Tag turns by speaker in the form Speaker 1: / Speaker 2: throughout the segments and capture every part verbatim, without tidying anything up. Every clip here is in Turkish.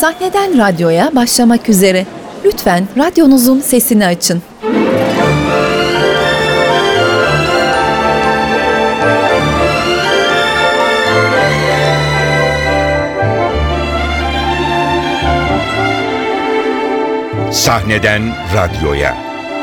Speaker 1: Sahneden radyoya başlamak üzere. Lütfen radyonuzun sesini açın.
Speaker 2: Sahneden radyoya.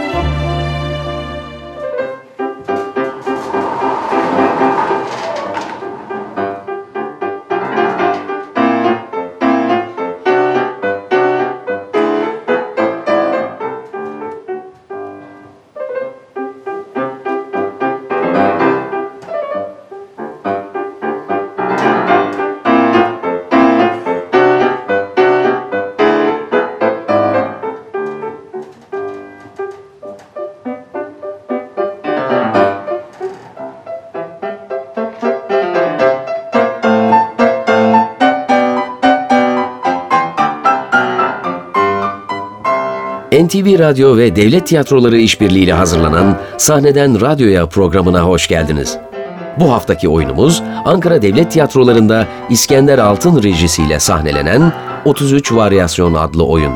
Speaker 3: N T V Radyo ve Devlet Tiyatroları işbirliğiyle hazırlanan Sahneden Radyoya programına hoş geldiniz. Bu haftaki oyunumuz Ankara Devlet Tiyatroları'nda İskender Altın rejisiyle sahnelenen otuz üç Varyasyon adlı oyun.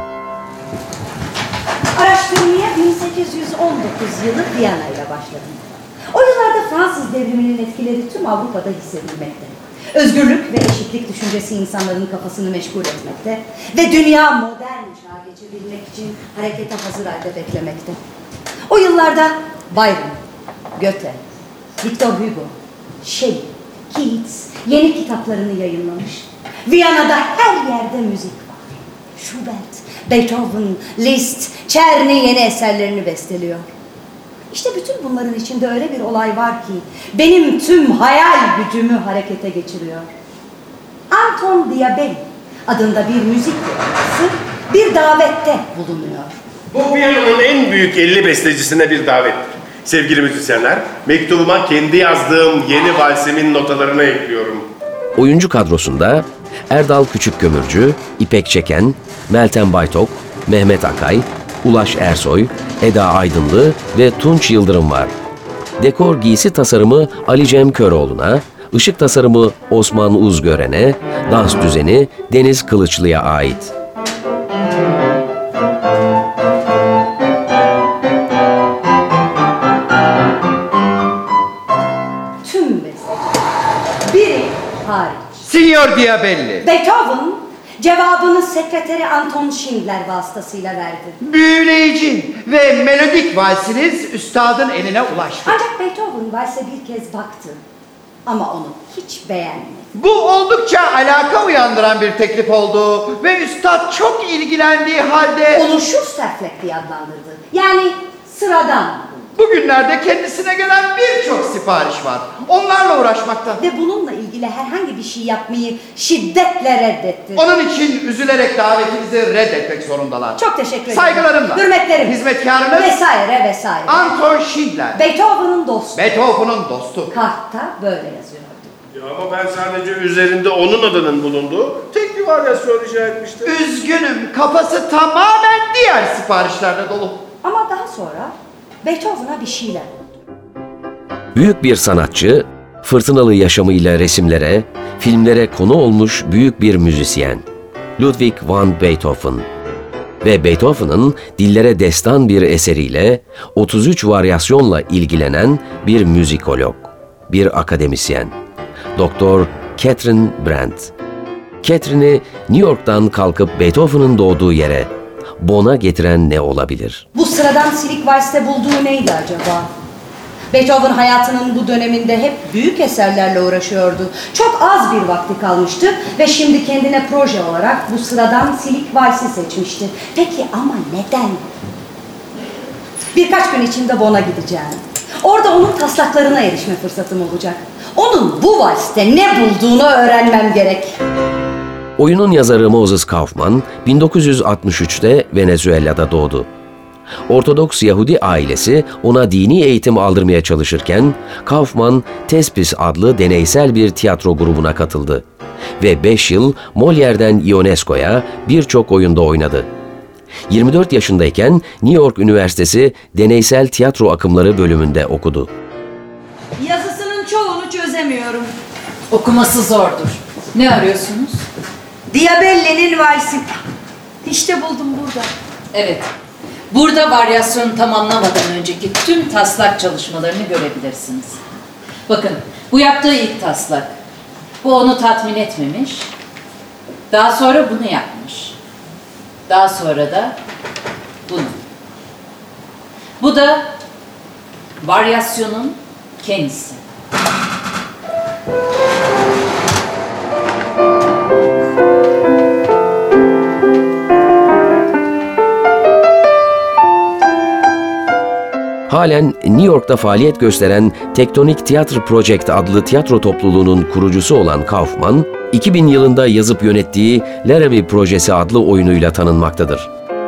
Speaker 4: Araştırmaya bin sekiz yüz on dokuz yılı Viyana ile başladım. O yıllarda Fransız devriminin etkileri tüm Avrupa'da hissedilmekte. Özgürlük ve eşitlik düşüncesi insanların kafasını meşgul etmekte ve dünya modern çağa geçebilmek için harekete hazır halde beklemekte. O yıllarda Byron, Goethe, Victor Hugo, Shelley, Keats yeni kitaplarını yayınlamış. Viyana'da her yerde müzik var. Schubert, Beethoven, Liszt, Czerny yeni eserlerini besteliyor. İşte bütün bunların içinde öyle bir olay var ki benim tüm hayal gücümü harekete geçiriyor. Anton Diabelli adında bir müzik öğrencisi bir davette bulunuyor.
Speaker 5: Bu Viyana'nın en büyük elli bestecisine bir davettir. Sevgili müzisyenler, mektubuma kendi yazdığım yeni valsimin notalarını ekliyorum.
Speaker 3: Oyuncu kadrosunda Erdal Küçükkömürcü, İpek Çeken, Meltem Baytok, Mehmet Akay, Ulaş Ersoy, Eda Aydınlı ve Tunç Yıldırım var. Dekor giysi tasarımı Ali Cem Köroğlu'na, ışık tasarımı Osman Uzgören'e, dans düzeni Deniz Kılıçlı'ya ait.
Speaker 4: Tüm besteciler, biri hariç.
Speaker 6: Signor Diabelli.
Speaker 4: Beethoven cevabını sekreteri Anton Schindler vasıtasıyla verdi.
Speaker 6: Büyüleyici ve melodik valsiniz üstadın eline ulaştı.
Speaker 4: Ancak Beethoven valse bir kez baktı ama onu hiç beğenmedi.
Speaker 6: Bu oldukça alaka uyandıran bir teklif oldu ve üstad çok ilgilendiği halde...
Speaker 4: Onu Schusterfleck diye adlandırdı. Yani sıradan.
Speaker 6: Bugünlerde kendisine gelen birçok sipariş var. Onlarla uğraşmakta.
Speaker 4: Ve bununla ilgili herhangi bir şey yapmayı şiddetle reddetti.
Speaker 6: Onun için üzülerek davetinizi reddetmek zorundalar.
Speaker 4: Çok teşekkür ederim.
Speaker 6: Saygılarımla.
Speaker 4: Hürmetlerim.
Speaker 6: Hizmetkarınız.
Speaker 4: Vesaire vesaire.
Speaker 6: Anton Schindler.
Speaker 4: Beethoven'ın dostu.
Speaker 6: Beethoven'ın dostu.
Speaker 4: Kartta böyle yazıyordu.
Speaker 5: Ya ama ben sadece üzerinde onun adının bulunduğu tek bir varyasyon rica etmiştim.
Speaker 6: Üzgünüm, kafası tamamen diğer siparişlerle dolu.
Speaker 4: Ama daha sonra Beethoven'a bir şeyler oldu.
Speaker 3: Büyük bir sanatçı, fırtınalı yaşamıyla resimlere, filmlere konu olmuş büyük bir müzisyen. Ludwig van Beethoven. Ve Beethoven'ın dillere destan bir eseriyle otuz üç varyasyonla ilgilenen bir müzikolog, bir akademisyen. Doktor Catherine Brandt. Catherine'i New York'tan kalkıp Beethoven'ın doğduğu yere, Bonn'a getiren ne olabilir?
Speaker 4: Bu sıradan silik valste bulduğu neydi acaba? Beethoven hayatının bu döneminde hep büyük eserlerle uğraşıyordu. Çok az bir vakti kalmıştı ve şimdi kendine proje olarak bu sıradan silik valsi seçmişti. Peki ama neden? Birkaç gün içinde Bonn'a gideceğim. Orada onun taslaklarına erişme fırsatım olacak. Onun bu valste ne bulduğunu öğrenmem gerek.
Speaker 3: Oyunun yazarı Moses Kaufman bin dokuz yüz altmış üçte Venezuela'da doğdu. Ortodoks Yahudi ailesi ona dini eğitim aldırmaya çalışırken Kaufman Tespis adlı deneysel bir tiyatro grubuna katıldı ve beş yıl Molière'den Ionesco'ya birçok oyunda oynadı. yirmi dört yaşındayken New York Üniversitesi Deneysel Tiyatro Akımları bölümünde okudu.
Speaker 7: Yazısının çoğunu çözemiyorum. Okuması zordur. Ne arıyorsunuz?
Speaker 4: Diabelli'nin valsi. İşte buldum burada.
Speaker 7: Evet. Burada varyasyonu tamamlamadan önceki tüm taslak çalışmalarını görebilirsiniz. Bakın, bu yaptığı ilk taslak. Bu onu tatmin etmemiş. Daha sonra bunu yapmış. Daha sonra da bunu. Bu da varyasyonun kendisi.
Speaker 3: Halen New York'ta faaliyet gösteren Tectonic Theatre Project adlı tiyatro topluluğunun kurucusu olan Kaufman, iki bin yılında yazıp yönettiği Laramie Projesi adlı oyunuyla tanınmaktadır.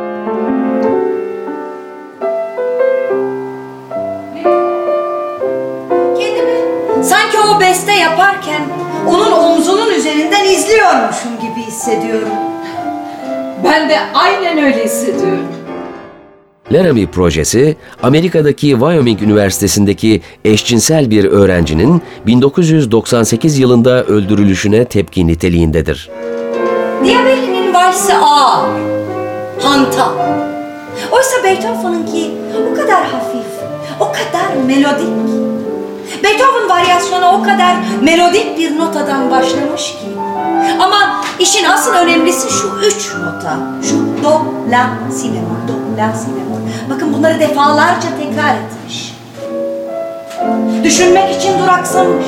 Speaker 4: Kendimi sanki o beste yaparken onun omzunun üzerinden izliyormuşum gibi hissediyorum.
Speaker 7: Ben de aynen öyle hissediyorum.
Speaker 3: Laramie Projesi, Amerika'daki Wyoming Üniversitesi'ndeki eşcinsel bir öğrencinin bin dokuz yüz doksan sekiz yılında öldürülüşüne tepki niteliğindedir.
Speaker 4: Diabelli'nin valsi ağır, hantal. Oysa Beethoven'ınki o kadar hafif, o kadar melodik. Beethoven varyasyonu o kadar melodik bir notadan başlamış ki. Ama işin asıl önemlisi şu üç nota. Şu do, la, si bemol, do, la, si bemol. Bakın bunları defalarca tekrar etmiş. Düşünmek için duraksamış.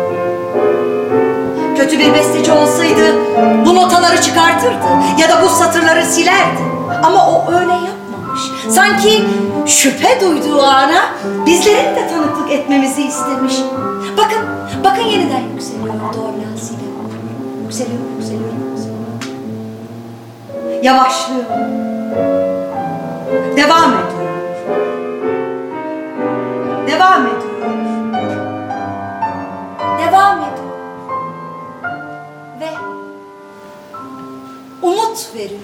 Speaker 4: Kötü bir besteci olsaydı bu notaları çıkartırdı ya da bu satırları silerdi. Ama o öyle yapmamış. Sanki şüphe duyduğu ana bizlerin de tanıklık etmemizi istemiş. Bakın, bakın yeniden yükseliyor do, la, si bemol. Yükseliyor, yükseliyor, yükseliyor. Yavaşlıyor. Devam ediyor. Devam ediyor. Devam ediyor. Ve umut veriyor.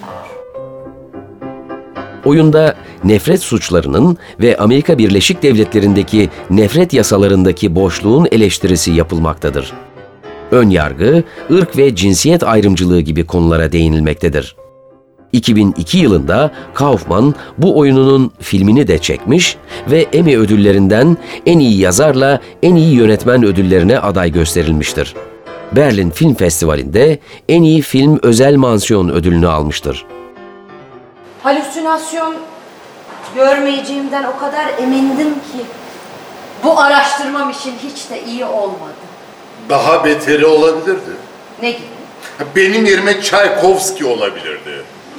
Speaker 3: Oyunda nefret suçlarının ve Amerika Birleşik Devletleri'ndeki nefret yasalarındaki boşluğun eleştirisi yapılmaktadır. Ön yargı, ırk ve cinsiyet ayrımcılığı gibi konulara değinilmektedir. iki bin iki yılında Kaufman bu oyununun filmini de çekmiş ve Emmy ödüllerinden en iyi yazarla en iyi yönetmen ödüllerine aday gösterilmiştir. Berlin Film Festivali'nde en iyi film özel mansiyon ödülünü almıştır.
Speaker 4: Halüsinasyon görmeyeceğimden o kadar emindim ki bu araştırmam için hiç de iyi olmadı.
Speaker 8: Daha beteri olabilirdi.
Speaker 4: Ne gibi?
Speaker 8: Benim yerime Çaykovski olabilirdi.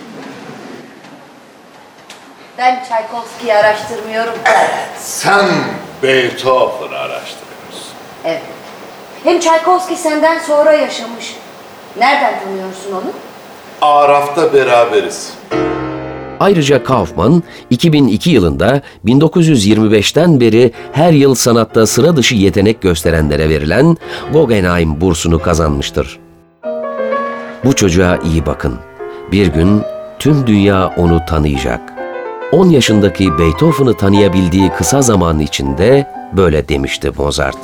Speaker 4: Ben Çaykovski'yi araştırmıyorum.
Speaker 8: Sen Beethoven'ı araştırıyorsun.
Speaker 4: Evet. Hem Çaykovski senden sonra yaşamış. Nereden tanıyorsun onu?
Speaker 8: Araf'ta beraberiz.
Speaker 3: Ayrıca Kaufman, iki bin iki yılında bin dokuz yüz yirmi beşten beri her yıl sanatta sıra dışı yetenek gösterenlere verilen Guggenheim bursunu kazanmıştır. Bu çocuğa iyi bakın. Bir gün tüm dünya onu tanıyacak. on yaşındaki Beethoven'ı tanıyabildiği kısa zaman içinde böyle demişti Mozart.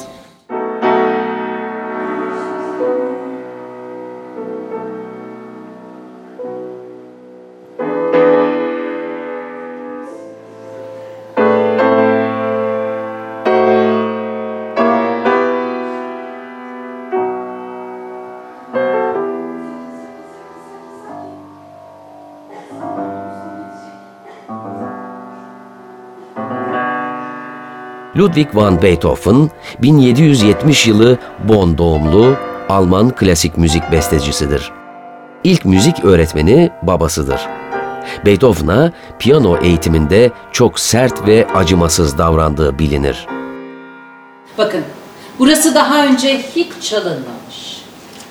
Speaker 3: Ludwig van Beethoven, bin yedi yüz yetmiş yılı Bonn doğumlu Alman klasik müzik bestecisidir. İlk müzik öğretmeni babasıdır. Beethoven'a piyano eğitiminde çok sert ve acımasız davrandığı bilinir.
Speaker 7: Bakın, burası daha önce hiç çalınmamış.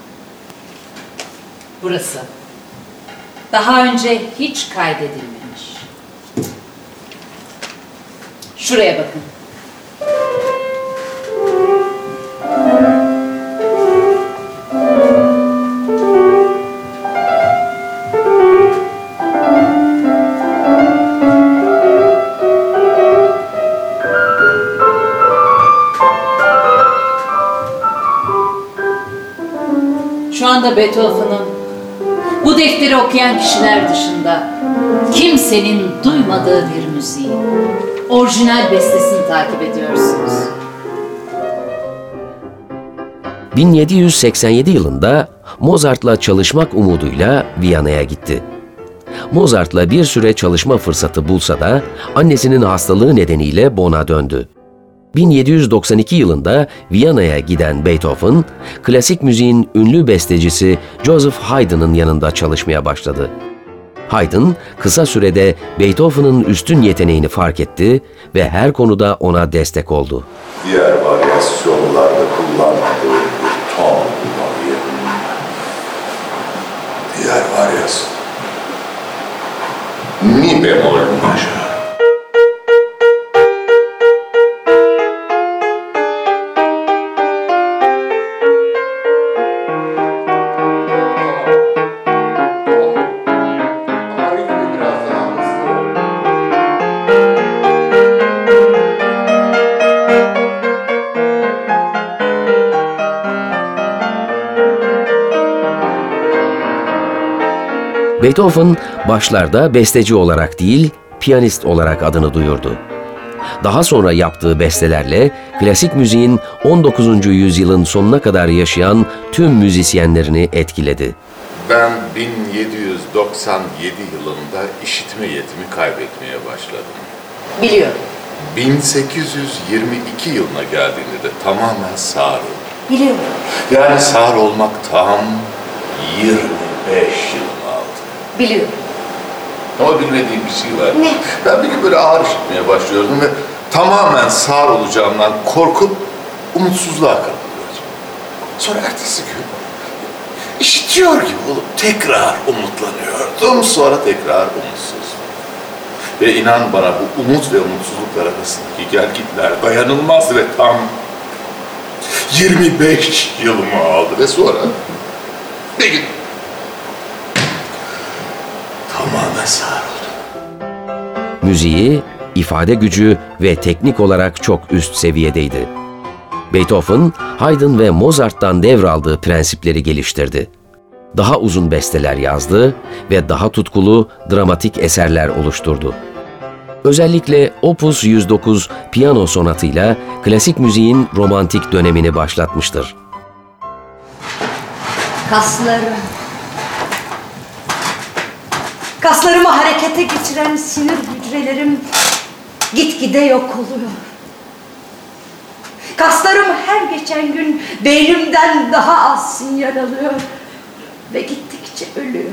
Speaker 7: Burası daha önce hiç kaydedilmemiş. Şuraya bakın. Şu anda Beethoven'ın Bu defteri okuyan kişiler dışında kimsenin duymadığı bir müziği, orijinal bestesini takip ediyorsunuz.
Speaker 3: bin yedi yüz seksen yedi yılında Mozart'la çalışmak umuduyla Viyana'ya gitti. Mozart'la bir süre çalışma fırsatı bulsa da annesinin hastalığı nedeniyle Bonn'a döndü. bin yedi yüz doksan iki yılında Viyana'ya giden Beethoven, klasik müziğin ünlü bestecisi Joseph Haydn'ın yanında çalışmaya başladı. Haydn, kısa sürede Beethoven'ın üstün yeteneğini fark etti ve her konuda ona destek oldu.
Speaker 8: Diğer varyasyonlarda kullanmadığı bir ton kullanıyorum. Diğer varyasyon. Mi bemol majör.
Speaker 3: Beethoven başlarda besteci olarak değil, piyanist olarak adını duyurdu. Daha sonra yaptığı bestelerle klasik müziğin on dokuzuncu yüzyılın sonuna kadar yaşayan tüm müzisyenlerini etkiledi.
Speaker 8: Ben bin yedi yüz doksan yedi yılında işitme yetimi kaybetmeye başladım.
Speaker 4: Biliyorum.
Speaker 8: bin sekiz yüz yirmi iki yılına geldiğinde de tamamen sağır oldum.
Speaker 4: Biliyorum.
Speaker 8: Yani sağır olmak tam yirmi beş yıl.
Speaker 4: Biliyorum.
Speaker 8: Ama bilmediğim bir şey var.
Speaker 4: Ne?
Speaker 8: Ben bir gün böyle ağır işitmeye başlıyordum ve tamamen sağır olacağımdan korkup umutsuzluğa kapılıyordum. Sonra ertesi gün işitiyor gibi olup tekrar umutlanıyordum. Sonra tekrar umutsuzdum. Ve inan bana bu umut ve umutsuzluklar arasındaki gelgitler dayanılmaz ve tam yirmi beş yılımı aldı. Ve sonra bir gün tamamen sağır oldum.
Speaker 3: Müziği, ifade gücü ve teknik olarak çok üst seviyedeydi. Beethoven, Haydn ve Mozart'tan devraldığı prensipleri geliştirdi. Daha uzun besteler yazdı ve daha tutkulu, dramatik eserler oluşturdu. Özellikle Opus yüz dokuz piyano sonatıyla klasik müziğin romantik dönemini başlatmıştır.
Speaker 4: Kaslarım. Kaslarımı harekete geçiren sinir hücrelerim gitgide yok oluyor. Kaslarım her geçen gün beynimden daha az sinyal alıyor ve gittikçe ölüyor.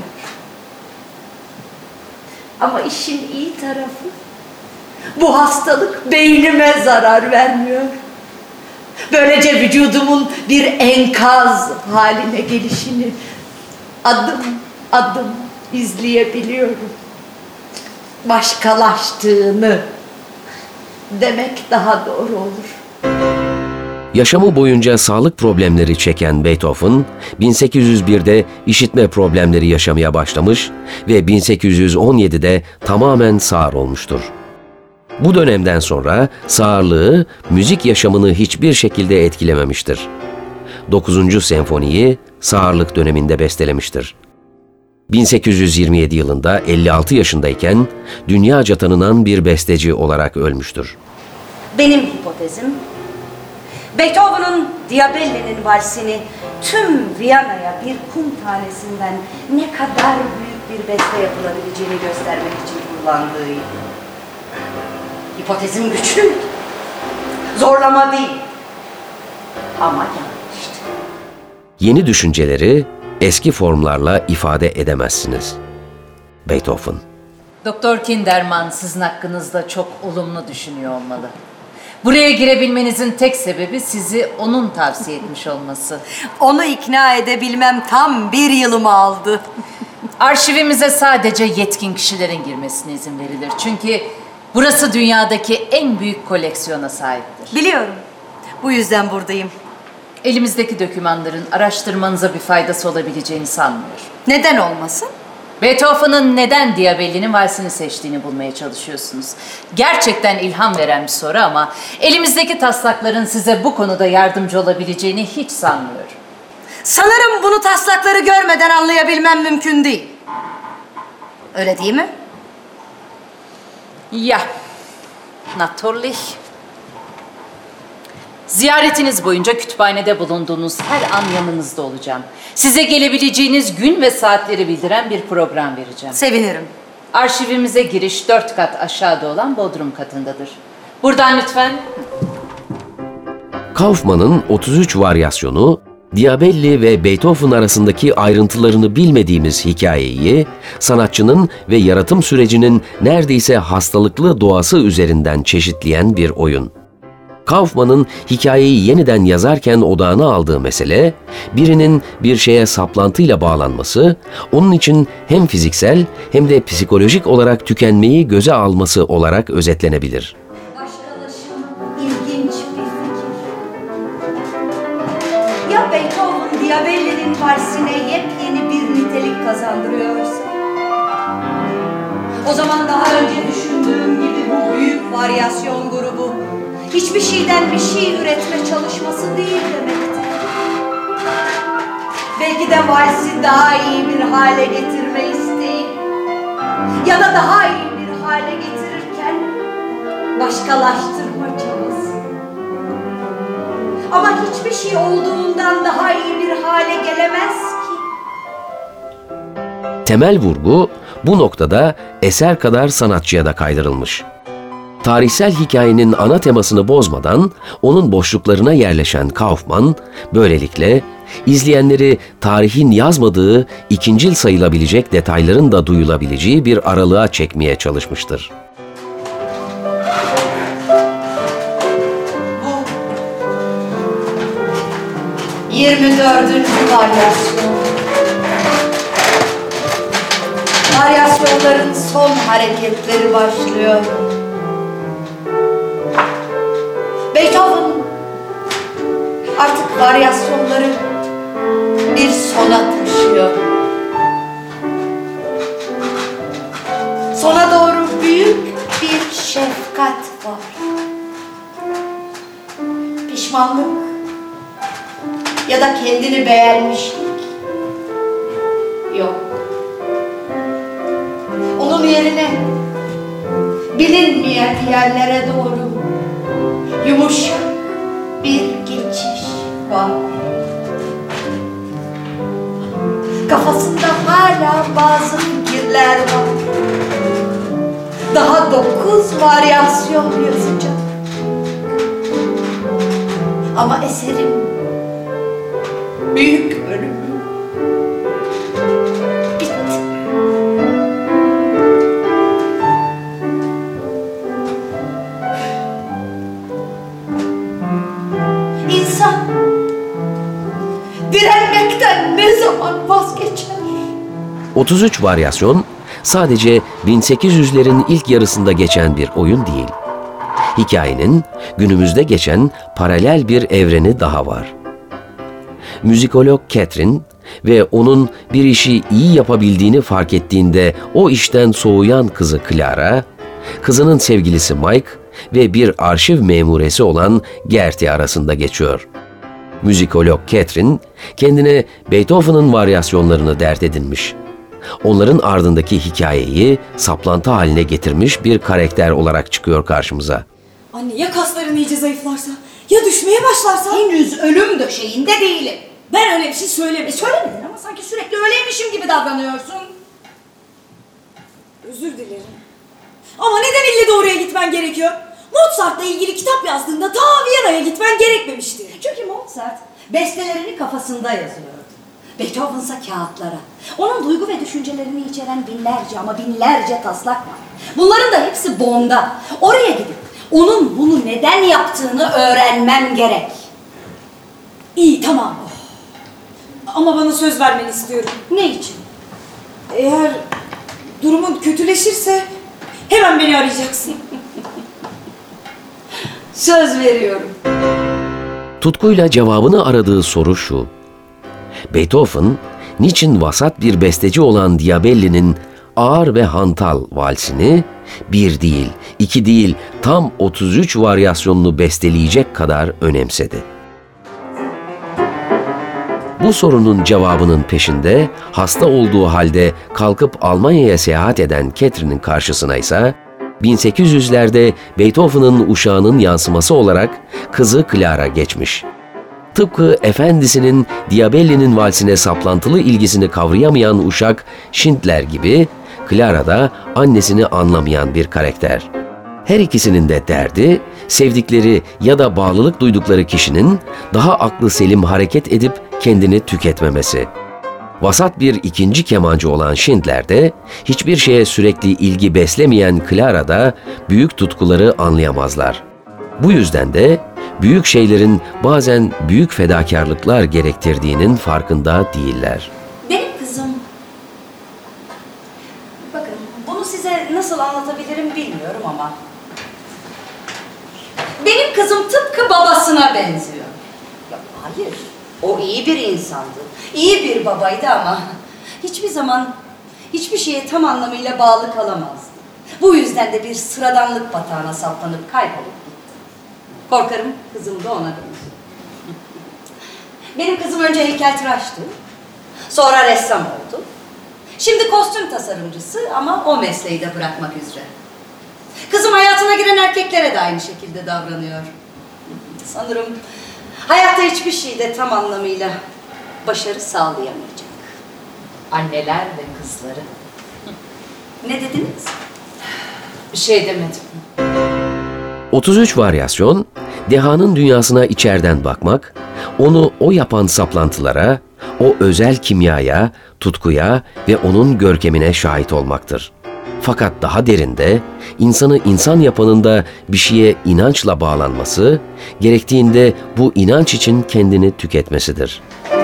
Speaker 4: Ama işin iyi tarafı, bu hastalık beynime zarar vermiyor. Böylece vücudumun bir enkaz haline gelişini adım adım izleyebiliyorum. Başkalaştığını demek daha doğru olur.
Speaker 3: Yaşamı boyunca sağlık problemleri çeken Beethoven, bin sekiz yüz birde işitme problemleri yaşamaya başlamış ve bin sekiz yüz on yedide tamamen sağır olmuştur. Bu dönemden sonra sağırlığı müzik yaşamını hiçbir şekilde etkilememiştir. dokuzuncu senfoniyi sağırlık döneminde bestelemiştir. bin sekiz yüz yirmi yedi yılında elli altı yaşındayken dünyaca tanınan bir besteci olarak ölmüştür.
Speaker 4: Benim hipotezim, Beethoven'ın Diabelli'nin valsini tüm Viyana'ya bir kum tanesinden ne kadar büyük bir beste yapılabileceğini göstermek için kullandığıydı. Hipotezim güçlüydü. Zorlama değil. Ama yanlıştı.
Speaker 3: Yeni düşünceleri eski formlarla ifade edemezsiniz. Beethoven.
Speaker 7: Doktor Kinderman sizin hakkınızda çok olumlu düşünüyor olmalı. Buraya girebilmenizin tek sebebi sizi onun tavsiye etmiş olması.
Speaker 4: Onu ikna edebilmem tam bir yılımı aldı.
Speaker 7: Arşivimize sadece yetkin kişilerin girmesine izin verilir. Çünkü burası dünyadaki en büyük koleksiyona sahiptir.
Speaker 4: Biliyorum. Bu yüzden buradayım.
Speaker 7: Elimizdeki dokümanların araştırmanıza bir faydası olabileceğini sanmıyorum.
Speaker 4: Neden olmasın?
Speaker 7: Beethoven'ın neden Diabelli'nin valsini seçtiğini bulmaya çalışıyorsunuz. Gerçekten ilham veren bir soru ama elimizdeki taslakların size bu konuda yardımcı olabileceğini hiç sanmıyorum.
Speaker 4: Sanırım bunu taslakları görmeden anlayabilmem mümkün değil. Öyle değil mi?
Speaker 7: Ja, natürlich. Ziyaretiniz boyunca kütüphanede bulunduğunuz her an yanınızda olacağım. Size gelebileceğiniz gün ve saatleri bildiren bir program vereceğim.
Speaker 4: Sevinirim.
Speaker 7: Arşivimize giriş dört kat aşağıda olan bodrum katındadır. Buradan lütfen.
Speaker 3: Kaufmann'ın otuz üç varyasyonu, Diabelli ve Beethoven arasındaki ayrıntılarını bilmediğimiz hikayeyi, sanatçının ve yaratım sürecinin neredeyse hastalıklı doğası üzerinden çeşitleyen bir oyun. Kaufmann'ın hikayeyi yeniden yazarken odağına aldığı mesele, birinin bir şeye saplantıyla bağlanması, onun için hem fiziksel hem de psikolojik olarak tükenmeyi göze alması olarak özetlenebilir.
Speaker 4: Başkalaşım ilginç bir fikir. Ya Beethoven Diabelli'nin valsine yepyeni bir nitelik kazandırıyorsa? O zaman daha önce düşündüğüm gibi bu büyük varyasyon grubu hiçbir şeyden bir şey üretme çalışması değil demektir. Belki de valsi daha iyi bir hale getirme isteği ya da daha iyi bir hale getirirken başkalaştırma çabası. Ama hiçbir şey olduğundan daha iyi bir hale gelemez ki.
Speaker 3: Temel vurgu bu noktada eser kadar sanatçıya da kaydırılmış. Tarihsel hikayenin ana temasını bozmadan onun boşluklarına yerleşen Kaufmann, böylelikle izleyenleri tarihin yazmadığı ikincil sayılabilecek detayların da duyulabileceği bir aralığa çekmeye çalışmıştır.
Speaker 4: yirmi dördüncü varyasyon. Varyasyonların son hareketleri başlıyor. Beethoven artık varyasyonları bir sona taşıyor. Sona doğru büyük bir şefkat var. Pişmanlık ya da kendini beğenmişlik yok. Onun yerine bilinmeyen yerlere doğru yumuşak bir geçiş var. Kafasında hala bazı fikirler var. Daha dokuz varyasyon yazacak. Ama eserin büyük bölümü bitti. İnsan direnmekten ne zaman vazgeçer?
Speaker 3: otuz üç varyasyon sadece bin sekiz yüzlerin ilk yarısında geçen bir oyun değil. Hikayenin günümüzde geçen paralel bir evreni daha var. Müzikolog Catherine ve onun bir işi iyi yapabildiğini fark ettiğinde o işten soğuyan kızı Clara, kızının sevgilisi Mike ve bir arşiv memuresi olan Gertie arasında geçiyor. Müzikolog Catherine kendine Beethoven'ın varyasyonlarını dert edinmiş. Onların ardındaki hikayeyi saplantı haline getirmiş bir karakter olarak çıkıyor karşımıza.
Speaker 9: Anne ya kasların iyice zayıflarsa? Ya düşmeye başlarsa?
Speaker 4: Henüz ölüm döşeğinde değilim.
Speaker 9: Ben öyle bir şey söylemedim.
Speaker 4: E söylemedin ama sanki sürekli öyleymişim gibi davranıyorsun.
Speaker 9: Özür dilerim. Ama neden ille de oraya gitmen gerekiyor? Mozart'la ilgili kitap yazdığında ta Viyana'ya gitmen gerekmemişti.
Speaker 4: Çünkü Mozart bestelerini kafasında yazıyordu. Beethoven ise kağıtlara. Onun duygu ve düşüncelerini içeren binlerce ama binlerce taslak var. Bunların da hepsi Bonn'da. Oraya gidip onun bunu neden yaptığını öğrenmem gerek.
Speaker 9: İyi, tamam. Ama bana söz vermeni istiyorum.
Speaker 4: Ne için?
Speaker 9: Eğer durumun kötüleşirse hemen beni arayacaksın.
Speaker 4: Söz veriyorum.
Speaker 3: Tutkuyla cevabını aradığı soru şu: Beethoven, niçin vasat bir besteci olan Diabelli'nin ağır ve hantal valsini bir değil, iki değil, tam otuz üç varyasyonunu besteleyecek kadar önemsedi? Bu sorunun cevabının peşinde hasta olduğu halde kalkıp Almanya'ya seyahat eden Catherine'in karşısına ise bin sekiz yüzlerde Beethoven'ın uşağının yansıması olarak kızı Clara geçmiş. Tıpkı efendisinin Diabelli'nin valsine saplantılı ilgisini kavrayamayan uşak Schindler gibi, Clara da annesini anlamayan bir karakter. Her ikisinin de derdi, sevdikleri ya da bağlılık duydukları kişinin daha aklı selim hareket edip kendini tüketmemesi. Vasat bir ikinci kemancı olan Schindler de, hiçbir şeye sürekli ilgi beslemeyen Clara'da büyük tutkuları anlayamazlar. Bu yüzden de büyük şeylerin bazen büyük fedakarlıklar gerektirdiğinin farkında değiller.
Speaker 4: Benim kızım... Bakın, bunu size nasıl anlatabilirim bilmiyorum ama... Benim kızım tıpkı babasına benziyor. Ya hayır, o iyi bir insandı. İyi bir babaydı ama... hiçbir zaman hiçbir şeye tam anlamıyla bağlı kalamazdı. Bu yüzden de bir sıradanlık batağına saplanıp kaybolup gitti. Korkarım kızım da ona benziyor. Benim kızım önce heykeltıraştı. Sonra ressam oldu. Şimdi kostüm tasarımcısı ama o mesleği de bırakmak üzere. Kızım hayatına giren erkeklere de aynı şekilde davranıyor. Sanırım hayatta hiçbir şeyde tam anlamıyla başarı sağlayamayacak.
Speaker 7: Anneler ve kızları.
Speaker 4: Ne dediniz?
Speaker 7: Bir şey demedim.
Speaker 3: otuz üç varyasyon, dehanın dünyasına içeriden bakmak, onu o yapan saplantılara, o özel kimyaya, tutkuya ve onun görkemine şahit olmaktır. Fakat daha derinde, insanı insan yapanın da bir şeye inançla bağlanması, gerektiğinde bu inanç için kendini tüketmesidir.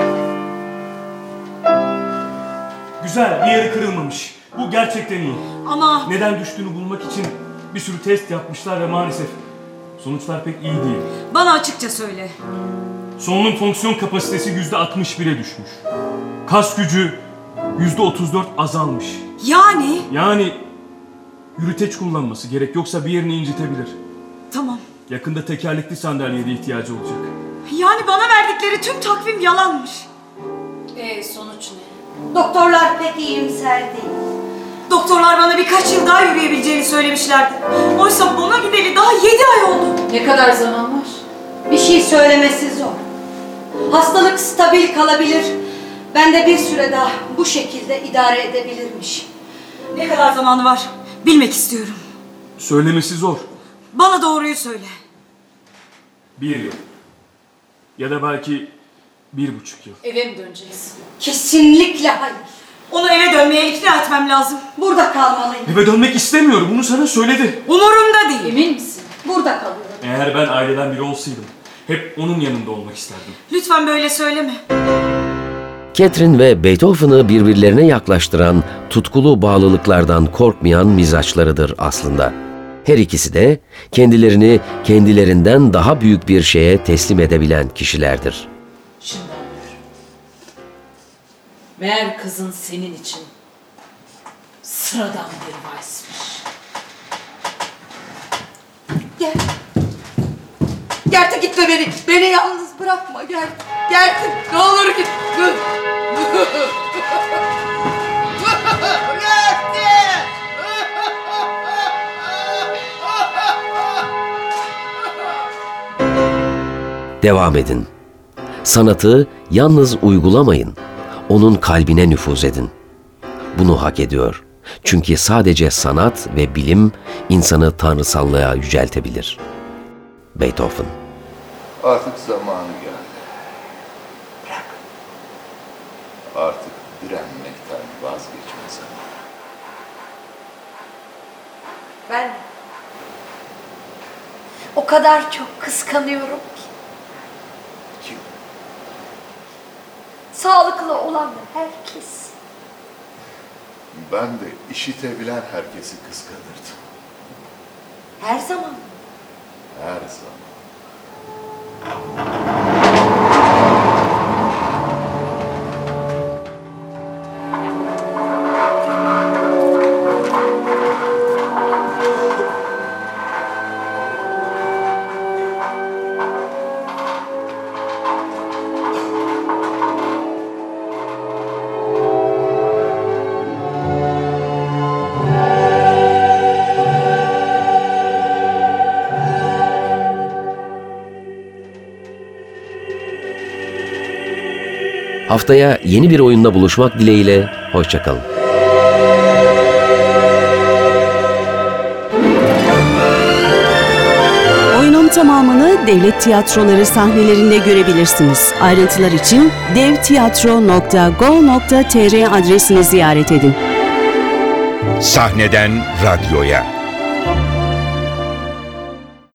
Speaker 10: Güzel, bir yeri kırılmamış. Bu gerçekten iyi.
Speaker 9: Ama...
Speaker 10: Neden düştüğünü bulmak için bir sürü test yapmışlar ve maalesef sonuçlar pek iyi değil.
Speaker 9: Bana açıkça söyle.
Speaker 10: Solunum fonksiyon kapasitesi yüzde altmış bire düşmüş. Kas gücü yüzde otuz dört azalmış.
Speaker 9: Yani?
Speaker 10: Yani yürüteç kullanması gerek, yoksa bir yerini incitebilir.
Speaker 9: Tamam.
Speaker 10: Yakında tekerlekli sandalyeye de ihtiyacı olacak.
Speaker 9: Yani bana verdikleri tüm takvim yalanmış.
Speaker 7: Ee, sonuç ne?
Speaker 4: Doktorlar pek iyimser değil.
Speaker 9: Doktorlar bana birkaç yıl daha yürüyebileceğini söylemişlerdi. Oysa buna gideli daha yedi ay oldu.
Speaker 7: Ne kadar zaman var?
Speaker 4: Bir şey söylemesi zor. Hastalık stabil kalabilir. Ben de bir süre daha bu şekilde idare edebilirmiş.
Speaker 9: Ne kadar zamanı var? Bilmek istiyorum.
Speaker 10: Söylemesi zor.
Speaker 9: Bana doğruyu söyle.
Speaker 10: Bir yıl. Ya da belki bir buçuk yıl.
Speaker 7: Eve mi döneceğiz?
Speaker 4: Kesinlikle hayır.
Speaker 9: Onu eve dönmeye ikna etmem lazım.
Speaker 4: Burada kalmalıyım.
Speaker 10: Eve dönmek istemiyor. Bunu sana söyledi.
Speaker 9: Umurumda değil.
Speaker 7: Emin misin?
Speaker 4: Burada kalıyorum.
Speaker 10: Eğer ben aileden biri olsaydım hep onun yanında olmak isterdim.
Speaker 9: Lütfen böyle söyleme.
Speaker 3: Catherine ve Beethoven'ı birbirlerine yaklaştıran tutkulu bağlılıklardan korkmayan mizaçlarıdır aslında. Her ikisi de kendilerini kendilerinden daha büyük bir şeye teslim edebilen kişilerdir.
Speaker 7: Şimdi anlıyorum. Meğer kızın senin için sıradan bir valsmiş.
Speaker 4: Gel. Gerti gitme beni. Beni yalnız bırakma Gerti. Gerti ne olur git.
Speaker 3: Devam edin. Sanatı yalnız uygulamayın. Onun kalbine nüfuz edin. Bunu hak ediyor. Çünkü sadece sanat ve bilim insanı tanrısallığa yüceltebilir. Beethoven.
Speaker 8: Artık zamanı geldi. Bırak. Artık direnmekten vazgeçme zamanı.
Speaker 4: Ben o kadar çok kıskanıyorum ki.
Speaker 8: Kim?
Speaker 4: Sağlıklı olan herkes.
Speaker 8: Ben de işitebilen herkesi kıskanırdım.
Speaker 4: Her zaman.
Speaker 8: Her zaman.
Speaker 3: Haftaya yeni bir oyunda buluşmak dileğiyle, hoşça kalın.
Speaker 11: Oyunun tamamını Devlet Tiyatroları sahnelerinde görebilirsiniz. Ayrıntılar için devtiyatro nokta gov nokta tr adresini ziyaret edin.
Speaker 2: Sahneden radyoya.